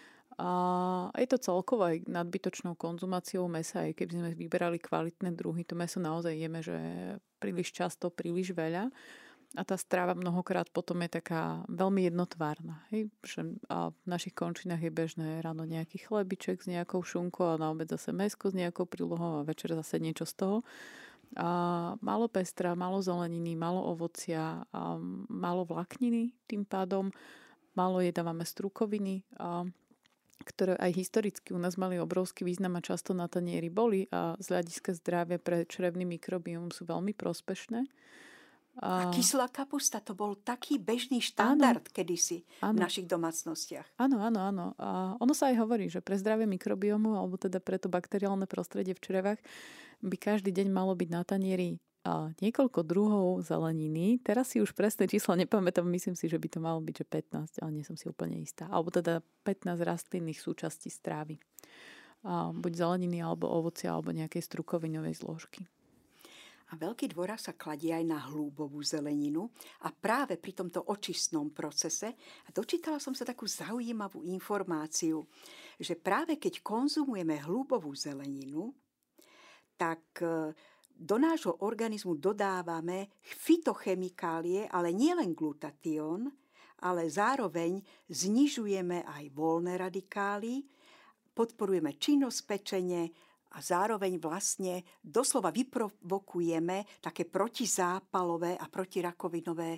A je to celkovo aj nadbytočnou konzumáciou mäsa, aj keby sme vyberali kvalitné druhy. To mäso naozaj jeme, že príliš často, príliš veľa. A tá stráva mnohokrát potom je taká veľmi jednotvárna. Hej? Že a v našich končinách je bežné ráno nejaký chlebiček s nejakou šunkou a na obed zase mäsko s nejakou prílohou a večer zase niečo z toho. A málo pestra, málo zeleniny, málo ovocia, a málo vlákniny tým pádom. Málo jedávame strukoviny, a ktoré aj historicky u nás mali obrovský význam a často na tanieri boli a z hľadiska zdravia pre črevný mikrobióm sú veľmi prospešné. A kyslá kapusta, to bol taký bežný štandard áno, kedysi áno. v našich domácnostiach. Áno, áno, áno. A ono sa aj hovorí, že pre zdravie mikrobiomu, alebo teda pre to bakteriálne prostredie v črevách, by každý deň malo byť na tanieri niekoľko druhov zeleniny. Teraz si už presné číslo nepamätám, myslím si, že by to malo byť že pätnásť, ale nie som si úplne istá. Alebo teda pätnásť rastlinných súčastí strávy. A buď zeleniny, alebo ovocia, alebo nejakej strukovinovej zložky. A veľký dôraz sa kladie aj na hĺubovú zeleninu a práve pri tomto očistnom procese. A dočítala som sa takú zaujímavú informáciu, že práve keď konzumujeme hĺubovú zeleninu, tak do nášho organizmu dodávame fytochemikálie, ale nielen glutatión, ale zároveň znižujeme aj voľné radikály, podporujeme činnosť pečene, a zároveň vlastne doslova vyprovokujeme také protizápalové a protirakovinové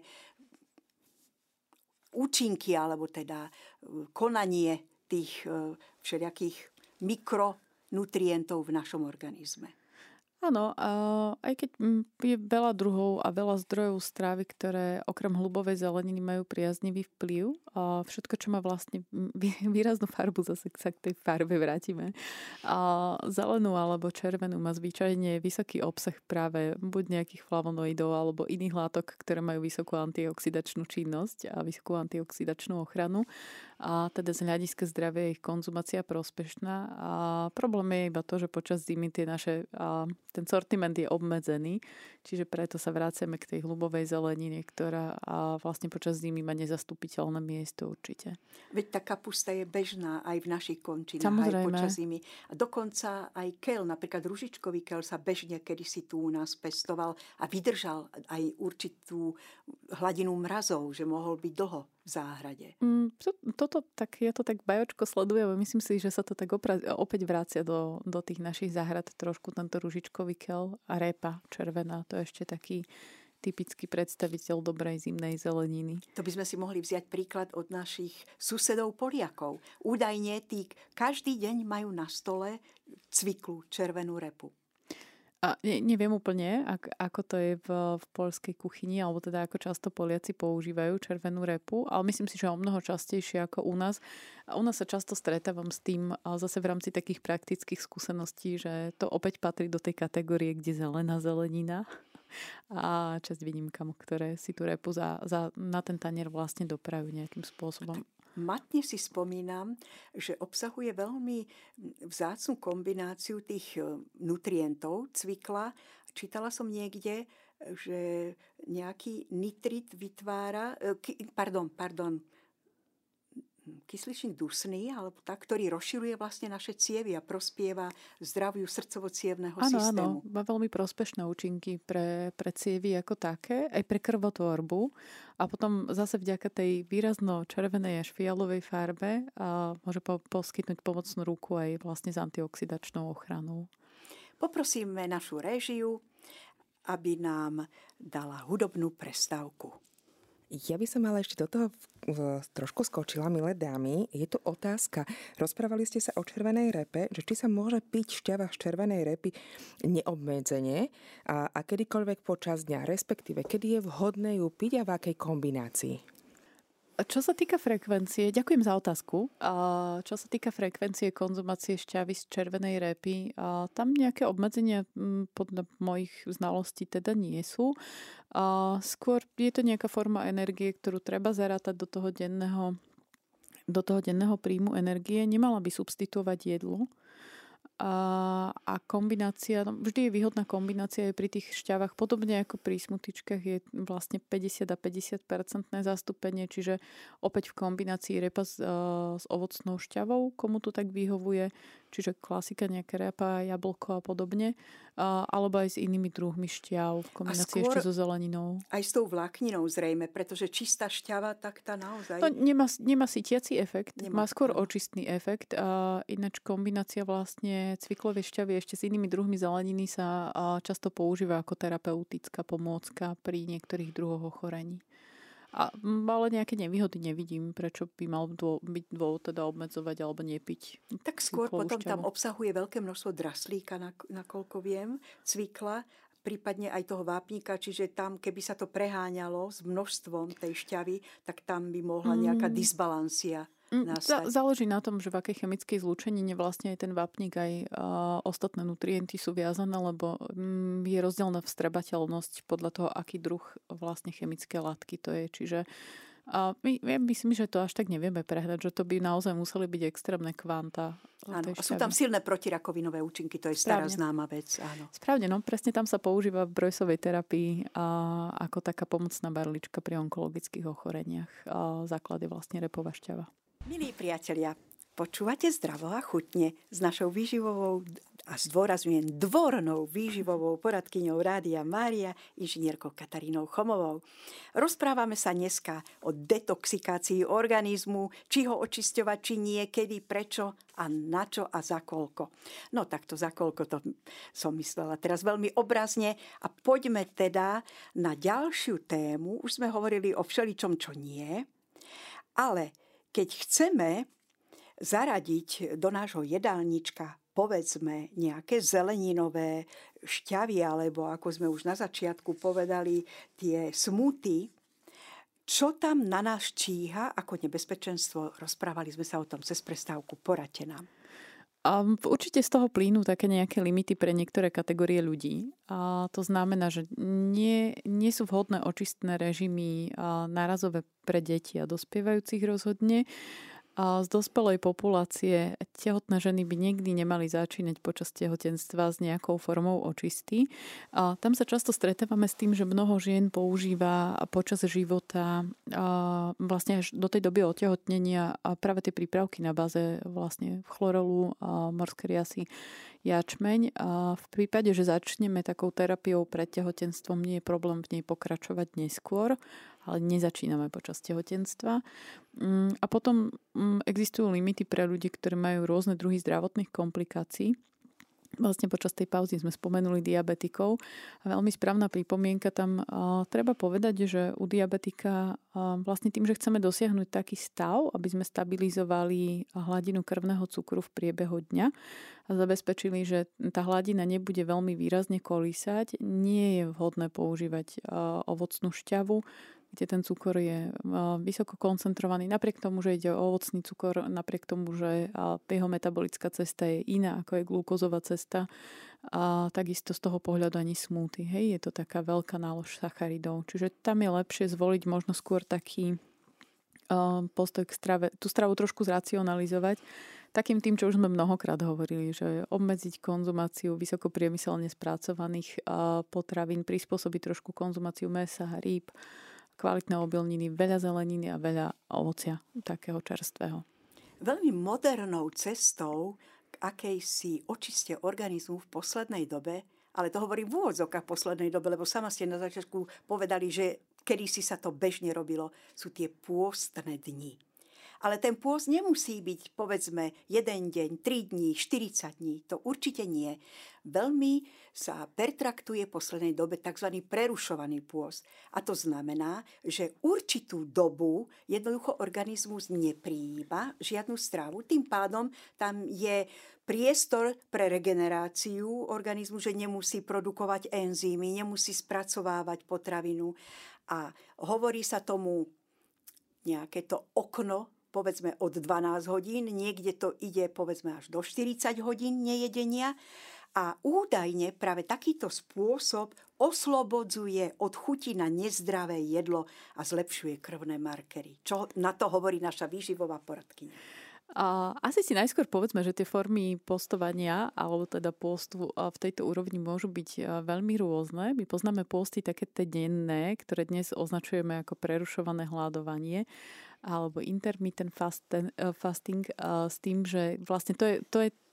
účinky, alebo teda konanie tých všelijakých mikronutrientov v našom organizme. Áno, aj keď je veľa druhov a veľa zdrojov strávy, ktoré okrem hĺbovej zeleniny majú priaznivý vplyv, a všetko, čo má vlastne výraznú farbu, zase sa k tej farbe vrátime, a zelenú alebo červenú má zvyčajne vysoký obsah práve buď nejakých flavonoidov alebo iných látok, ktoré majú vysokú antioxidačnú činnosť a vysokú antioxidačnú ochranu. A teda z hľadiska zdravia je ich konzumácia prospešná. A problém je iba to, že počas zimy tie naše, a ten sortiment je obmedzený, čiže preto sa vraciame k tej hĺbovej zelenine, ktorá a vlastne počas zimy má nezastupiteľné miesto určite. Veď tá kapusta je bežná aj v našich končinách, samozrejme, aj počas zimy. A dokonca aj keľ, napríklad ružičkový keľ sa bežne kedysi tu u nás pestoval a vydržal aj určitú hladinu mrazov, že mohol byť dlho v záhrade. Mm, to, toto tak, ja to tak bajočko sledujem a myslím si, že sa to tak opra- opäť vracia do, do tých našich záhrad trošku tento ružičkový keľ a répa červená. To je ešte taký typický predstaviteľ dobrej zimnej zeleniny. To by sme si mohli vziať príklad od našich susedov Poliakov. Údajne tí každý deň majú na stole cviklu červenú repu. A ne, neviem úplne, ak, ako to je v, v poľskej kuchyni, alebo teda ako často Poliaci používajú červenú repu, ale myslím si, že o mnoho častejšie ako u nás. A u nás sa často stretávam s tým, ale zase v rámci takých praktických skúseností, že to opäť patrí do tej kategórie, kde zelená zelenina a časť výnimkám, ktoré si tú repu za, za, na ten tanier vlastne dopravujú nejakým spôsobom. Matne si spomínam, že obsahuje veľmi vzácnu kombináciu tých nutrientov cvikla. Čítala som niekde, že nejaký nitrit vytvára, pardon, pardon, kysličník dusný, alebo tak, ktorý rozširuje vlastne naše cievy a prospieva zdraviu srdcovo-cievneho áno, systému. Áno, má veľmi prospešné účinky pre, pre cievy ako také, aj pre krvotvorbu. A potom zase vďaka tej výrazno červenej až fialovej farbe a môže po, poskytnúť pomocnú ruku aj vlastne s antioxidačnou ochranou. Poprosíme našu réžiu, aby nám dala hudobnú prestávku. Ja by som ale ešte do toho v, v, trošku skočila, milé dámy. Je tu otázka. Rozprávali ste sa o červenej repe, že či sa môže piť šťava z červenej repy neobmedzene a, a kedykoľvek počas dňa, respektíve kedy je vhodné ju piť a v akej kombinácii? Čo sa týka frekvencie, ďakujem za otázku. Čo sa týka frekvencie konzumácie šťavy z červenej repy, tam nejaké obmedzenia podľa mojich znalostí teda nie sú. Skôr je to nejaká forma energie, ktorú treba zarátať do toho denného, do toho denného príjmu energie. Nemala by substituovať jedlo. A, a kombinácia, no vždy je výhodná kombinácia aj pri tých šťavách, podobne ako pri smutičkách je vlastne päťdesiat a päťdesiat percentné zastúpenie, čiže opäť v kombinácii repa s, s ovocnou šťavou, komu to tak vyhovuje, čiže klasika, nejaké repa, jablko a podobne, alebo aj s inými druhmi šťav v kombinácii ešte so zeleninou. Aj s tou vlákninou zrejme, pretože čistá šťava, tak tá naozaj... No, nemá, nemá sytiaci efekt, nemá, má skôr áno. očistný efekt. A ináč kombinácia vlastne cviklovej šťavy ešte s inými druhmi zeleniny sa často používa ako terapeutická pomôcka pri niektorých druhoch ochorení. A, ale nejaké nevýhody nevidím, prečo by mal dô, byť dôvod teda obmedzovať alebo nepiť. Tak skôr potom šťavu. Tam obsahuje veľké množstvo draslíka, nakoľko viem, cvikla, prípadne aj toho vápnika, čiže tam, keby sa to preháňalo s množstvom tej šťavy, tak tam by mohla nejaká disbalancia nastať. Záleží na tom, že v akej chemickej zlúčenine vlastne aj ten vápnik aj uh, ostatné nutrienty sú viazané, lebo um, je rozdielna vstrebateľnosť podľa toho, aký druh vlastne chemické látky to je. Čiže uh, my, ja myslím, že to až tak nevieme prehrať, že to by naozaj museli byť extrémne kvanta. Áno, a sú tam silné protirakovinové účinky, to je stará známa vec. Áno. Správne, no presne tam sa používa v Bruceovej terapii uh, ako taká pomocná barlička pri onkologických ochoreniach. Uh, základ je vlastne repová šťava. Milí priatelia, počúvate Zdravo a chutne s našou výživovou a zdôrazňujem dvornou výživovou poradkyňou Rádia Mária, inžinierkou Katarínou Chomovou. Rozprávame sa dneska o detoxikácii organizmu, či ho očisťovať, či nie, kedy, prečo a na čo a za koľko. No takto za koľko to som myslela teraz veľmi obrazne. A poďme teda na ďalšiu tému. Už sme hovorili o všeličom, čo nie, ale keď chceme zaradiť do nášho jedálnička, povedzme, nejaké zeleninové šťavy, alebo ako sme už na začiatku povedali, tie smuty, čo tam na nás číha ako nebezpečenstvo? Rozprávali sme sa o tom cez prestávku. Poradte nám. Um, určite z toho plynú také nejaké limity pre niektoré kategórie ľudí. A to znamená, že nie, nie sú vhodné očistné režimy a nárazové pre deti a dospievajúcich rozhodne. A z dospelej populácie tehotné ženy by nikdy nemali začínať počas tehotenstva s nejakou formou očisty. A tam sa často stretávame s tým, že mnoho žien používa počas života vlastne až do tej doby otehotnenia práve tie prípravky na báze vlastne chlorelu, morské riasy, jačmeň. A v prípade, že začneme takou terapiou pred tehotenstvom, nie je problém v nej pokračovať neskôr, ale nezačíname počas tehotenstva. A potom existujú limity pre ľudí, ktorí majú rôzne druhy zdravotných komplikácií. Vlastne počas tej pauzy sme spomenuli diabetikov. A veľmi správna pripomienka tam a, treba povedať, že u diabetika a, vlastne tým, že chceme dosiahnuť taký stav, aby sme stabilizovali hladinu krvného cukru v priebehu dňa a zabezpečili, že tá hladina nebude veľmi výrazne kolísať, nie je vhodné používať a, ovocnú šťavu, kde ten cukor je vysoko koncentrovaný. Napriek tomu, že ide o ovocný cukor, napriek tomu, že jeho metabolická cesta je iná, ako je glukózová cesta, a takisto z toho pohľadu ani smoothie. Hej, je to taká veľká nálož sacharidov. Čiže tam je lepšie zvoliť možno skôr taký uh, postoj k strave, tú stravu trošku zracionalizovať. Takým tým, čo už sme mnohokrát hovorili, že obmedziť konzumáciu vysokopriemyselne spracovaných uh, potravín, prispôsobiť trošku konzumáciu mäsa, rýb, kvalitné obilniny, veľa zeleniny a veľa ovocia, takého čerstvého. Veľmi modernou cestou k akejsi očiste organizmu v poslednej dobe, ale to hovorím v úvodzovkách v poslednej dobe, lebo sama ste na začiatku povedali, že kedysi sa to bežne robilo, sú tie pôstne dni. Ale ten pôst nemusí byť, povedzme, jeden deň, tri dní, štyridsať dní. To určite nie. Veľmi sa pertraktuje v poslednej dobe tzv. Prerušovaný pôst. A to znamená, že určitú dobu jednoducho organizmus neprijíma žiadnu stravu. Tým pádom tam je priestor pre regeneráciu organizmu, že nemusí produkovať enzymy, nemusí spracovávať potravinu. A hovorí sa tomu nejaké to okno, povedzme od dvanásť hodín, niekde to ide povedzme až do štyridsať hodín nejedenia a údajne práve takýto spôsob oslobodzuje od chuti na nezdravé jedlo a zlepšuje krvné markery. Čo na to hovorí naša výživová poradkyňa? A asi si najskôr povedzme, že tie formy postovania alebo teda pôstu v tejto úrovni môžu byť veľmi rôzne. My poznáme pôsty také tie denné, ktoré dnes označujeme ako prerušované hladovanie alebo intermittent fasting s tým, že vlastne to je, to je to,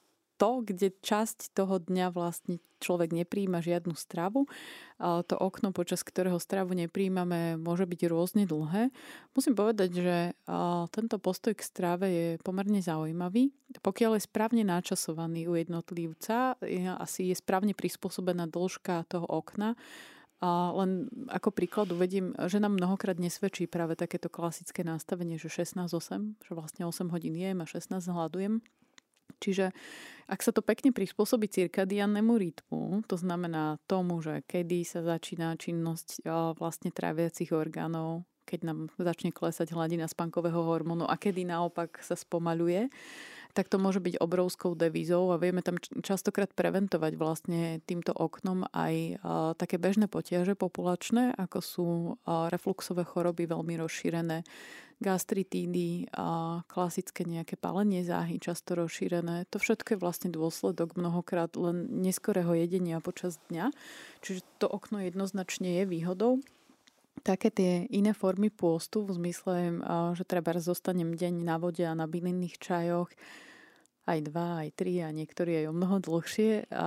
to, kde časť toho dňa vlastne človek nepríjma žiadnu stravu. To okno, počas ktorého stravu nepríjmame, môže byť rôzne dlhé. Musím povedať, že tento postoj k strave je pomerne zaujímavý. Pokiaľ je správne načasovaný u jednotlivca, asi je správne prispôsobená dĺžka toho okna. A len ako príklad uvedím, že nám mnohokrát nesvedčí práve takéto klasické nastavenie, že šestnásť osem, že vlastne osem hodín jem a šestnásť hľadujem. Čiže ak sa to pekne prispôsobí cirkadiánnemu rytmu, to znamená tomu, že kedy sa začína činnosť vlastne tráviacich orgánov, keď nám začne klesať hladina spánkového hormónu a kedy naopak sa spomaľuje, tak to môže byť obrovskou devízou a vieme tam častokrát preventovať vlastne týmto oknom aj také bežné potiaže populačné, ako sú refluxové choroby veľmi rozšírené, gastritídy, klasické nejaké pálenie záhy, často rozšírené. To všetko je vlastne dôsledok mnohokrát len neskorého jedenia počas dňa, čiže to okno jednoznačne je výhodou. Také tie iné formy pôstu v zmysle, že treba zostanem deň na vode a na bylinných čajoch, aj dva, aj tri a niektorí aj o mnoho dlhšie. A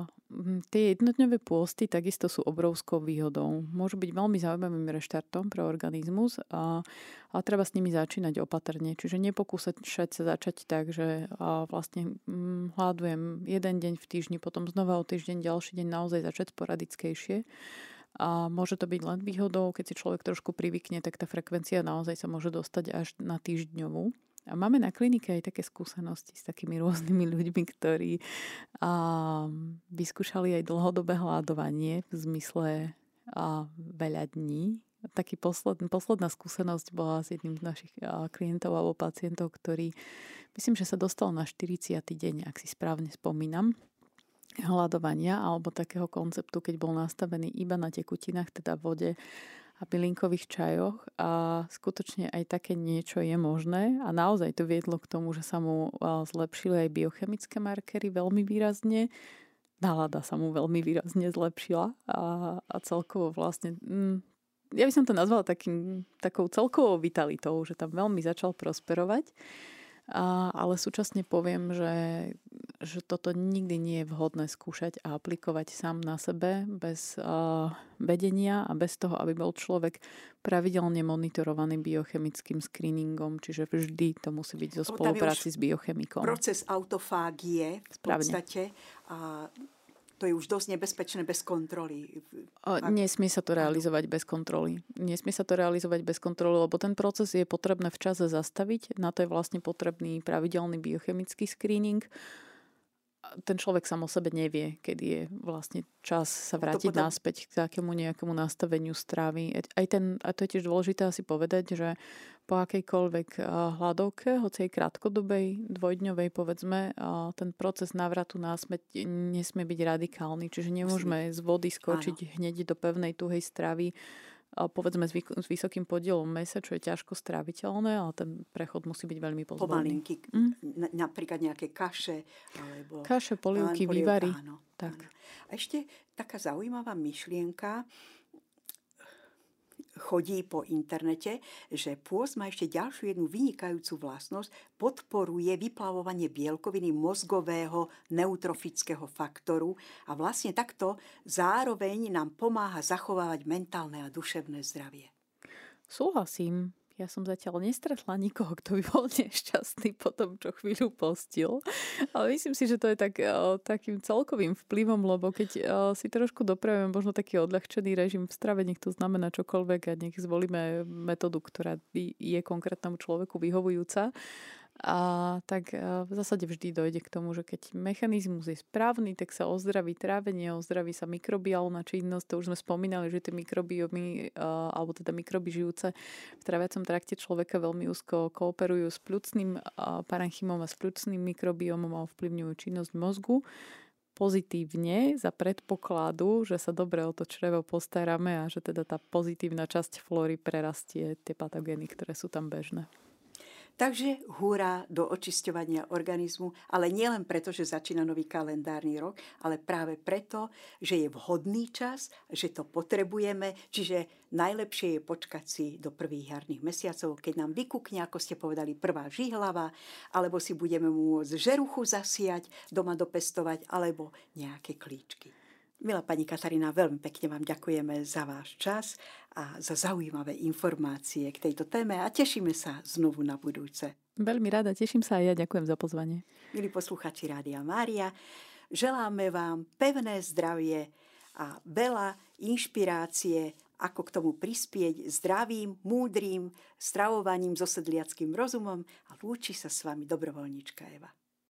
tie jednodňové pôsty takisto sú obrovskou výhodou. Môžu byť veľmi zaujímavým reštartom pre organizmus a, a treba s nimi začínať opatrne. Čiže nepokúsať sa začať tak, že vlastne hm, hľadujem jeden deň v týždni, potom znova o týždeň, ďalší deň naozaj začať sporadickejšie. A môže to byť len výhodou, keď si človek trošku privykne, tak tá frekvencia naozaj sa môže dostať až na týždňovú. A máme na klinike aj také skúsenosti s takými rôznymi ľuďmi, ktorí a, vyskúšali aj dlhodobé hľadovanie v zmysle a, veľa dní. Taký posled, posledná skúsenosť bola s jedným z našich a, klientov alebo pacientov, ktorý myslím, že sa dostal na štyridsiaty deň, ak si správne spomínam, hľadovania alebo takého konceptu, keď bol nastavený iba na tekutinách, teda vode a bylinkových čajoch a skutočne aj také niečo je možné a naozaj to viedlo k tomu, že sa mu zlepšili aj biochemické markery veľmi výrazne, nálada sa mu veľmi výrazne zlepšila a, a celkovo vlastne mm, ja by som to nazvala takým, takou celkovou vitalitou, že tam veľmi začal prosperovať. A, ale súčasne poviem, že, že toto nikdy nie je vhodné skúšať a aplikovať sám na sebe bez uh, vedenia a bez toho, aby bol človek pravidelne monitorovaný biochemickým screeningom, čiže vždy to musí byť zo spolupráci s biochemikom. Proces autofágie v podstate a to je už dosť nebezpečné bez kontroly. O, nesmie sa to realizovať bez kontroly. Nesmie sa to realizovať bez kontroly, lebo ten proces je potrebné v čase zastaviť. Na to je vlastne potrebný pravidelný biochemický screening. Ten človek sám o sebe nevie, kedy je vlastne čas sa vrátiť potom naspäť k takému nejakému nastaveniu strávy. Aj ten, a to je tiež dôležité asi povedať, že po akejkoľvek hladovke, hoci aj krátkodobej, dvojdňovej povedzme, ten proces návratu naspäť nesmie byť radikálny. Čiže nemôžeme z vody skočiť Áno. hneď do pevnej tuhej stravy, povedzme s, vy, s vysokým podielom mäsa, čo je ťažko stráviteľné, ale ten prechod musí byť veľmi pozvolný. Pomalinky, mm? napríklad nejaké kaše. Alebo kaše, polievky, vývary. Áno, tak. áno. A ešte taká zaujímavá myšlienka chodí po internete, že pôst má ešte ďalšiu jednu vynikajúcu vlastnosť, podporuje vyplavovanie bielkoviny mozgového neutrofického faktoru a vlastne takto zároveň nám pomáha zachovávať mentálne a duševné zdravie. Súhlasím. Ja som zatiaľ nestretla nikoho, kto by bol nešťastný po tom, čo chvíľu postil. Ale myslím si, že to je tak, takým celkovým vplyvom, lebo keď si trošku dopravíme možno taký odľahčený režim v strave, nech to znamená čokoľvek a nech zvolíme metódu, ktorá je konkrétnemu človeku vyhovujúca, a tak v zásade vždy dojde k tomu, že keď mechanizmus je správny, tak sa ozdraví trávenie, ozdraví sa mikrobiálna činnosť. To už sme spomínali, že tie mikrobiomy, alebo teda mikroby žijúce v tráviacom trakte človeka veľmi úzko kooperujú s pľucným parenchymom a s pľucným mikrobiomom a ovplyvňujú činnosť mozgu pozitívne za predpokladu, že sa dobre o to črevo postaráme a že teda tá pozitívna časť flóry prerastie tie patogény, ktoré sú tam bežné. Takže hurá do očisťovania organizmu, ale nielen preto, že začína nový kalendárny rok, ale práve preto, že je vhodný čas, že to potrebujeme, čiže najlepšie je počkať si do prvých jarných mesiacov, keď nám vykukne, ako ste povedali, prvá žihlava, alebo si budeme môcť žeruchu zasiať, doma dopestovať, alebo nejaké klíčky. Milá pani Katarína, veľmi pekne vám ďakujeme za váš čas a za zaujímavé informácie k tejto téme a tešíme sa znovu na budúce. Veľmi rada, teším sa a ja ďakujem za pozvanie. Milí posluchači Rádia Mária, želáme vám pevné zdravie a veľa inšpirácie, ako k tomu prispieť zdravým, múdrym stravovaním so sedliackým rozumom a lúči sa s vami dobrovoľníčka Eva.